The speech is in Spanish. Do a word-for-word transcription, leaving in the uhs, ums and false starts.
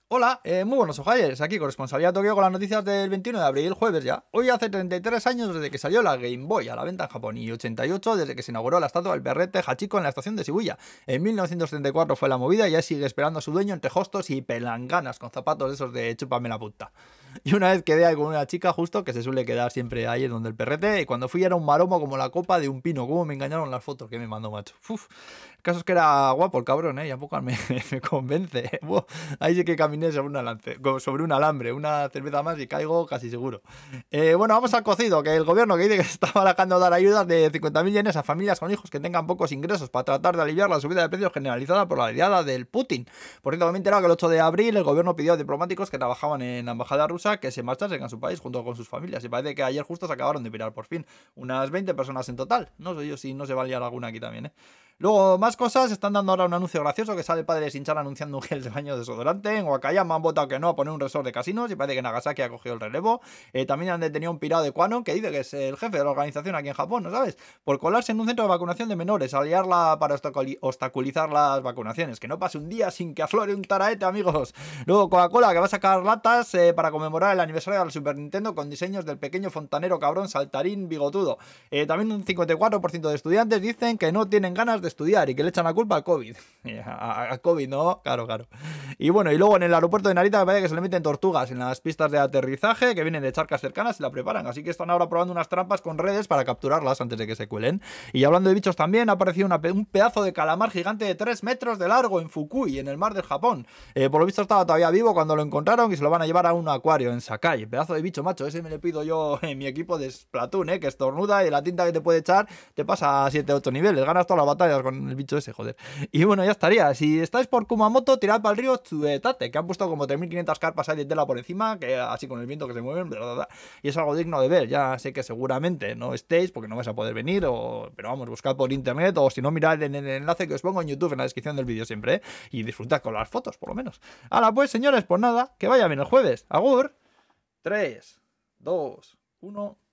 Hola, eh, muy buenos ojalles, aquí corresponsalía Tokio con las noticias del veintiuno de abril, jueves ya. Hoy hace treinta y tres años desde que salió la Game Boy a la venta en Japón y ochenta y ocho desde que se inauguró la estatua del perrete Hachiko en la estación de Shibuya. En mil novecientos treinta y cuatro fue la movida y ya sigue esperando a su dueño entre hostos y pelanganas con zapatos de esos de chúpame la puta. Y una vez quedé ahí con una chica justo que se suele quedar siempre ahí donde el perrete y cuando fui era un maromo como la copa de un pino. Cómo me engañaron las fotos que me mandó, macho. Uf. El caso es que era guapo el cabrón, ¿eh? Y a poco me, me convence. Buah, ahí sí que caminé sobre un, alance, sobre un alambre, una cerveza más y caigo casi seguro. Eh, bueno, vamos al cocido, que el gobierno que dice que se está barajando dar ayudas de cincuenta mil yenes a familias con hijos que tengan pocos ingresos para tratar de aliviar la subida de precios generalizada por la aliada del Putin. Por cierto, me he enterado que el ocho de abril el gobierno pidió a diplomáticos que trabajaban en la embajada rusa que se marchasen a su país junto con sus familias. Y parece que ayer justo se acabaron de pirar por fin. Unas veinte personas en total. No sé yo si no se va a liar alguna aquí también, ¿eh? Luego, más cosas, están dando ahora un anuncio gracioso que sale el padre de Shin-chan anunciando un gel de baño desodorante. En Wakayama han votado que no a poner un resort de casinos y parece que Nagasaki ha cogido el relevo. Eh, también han detenido a un pirado de Quanon que dice que es el jefe de la organización aquí en Japón, ¿no sabes? Por colarse en un centro de vacunación de menores, aliarla para obstaculizar las vacunaciones. Que no pase un día sin que aflore un taraete, amigos. Luego, Coca-Cola que va a sacar latas eh, para conmemorar el aniversario del Super Nintendo con diseños del pequeño fontanero cabrón saltarín bigotudo. Eh, también un cincuenta y cuatro por ciento de estudiantes dicen que no tienen ganas de estudiar y que le echan la culpa al COVID. A, a COVID, ¿no? Claro, claro. Y bueno, y luego en el aeropuerto de Narita me parece que se le meten tortugas en las pistas de aterrizaje que vienen de charcas cercanas y la preparan. Así que están ahora probando unas trampas con redes para capturarlas antes de que se cuelen. Y hablando de bichos también, ha aparecido una, un pedazo de calamar gigante de tres metros de largo en Fukui, en el mar del Japón. Eh, por lo visto estaba todavía vivo cuando lo encontraron y se lo van a llevar a un acuario en Sakai. Pedazo de bicho, macho. Ese me le pido yo en mi equipo de Splatoon, ¿eh? Que estornuda y la tinta que te puede echar te pasa a siete ocho niveles. Ganas todas las batallas con el bicho ese, joder. Y bueno, ya estaría. Si estáis por Kumamoto, tirad para el río Tsuetate, que han puesto como tres mil quinientas carpas ahí de tela por encima, que así con el viento que se mueven, bla, bla, bla, y es algo digno de ver. Ya sé que seguramente no estéis porque no vais a poder venir, o, pero vamos, buscad por internet o si no, mirad en el enlace que os pongo en YouTube en la descripción del vídeo siempre, ¿eh? Y disfrutad con las fotos, por lo menos. Ahora pues, señores, pues nada, que vaya bien el jueves. Agur. tres, dos, uno...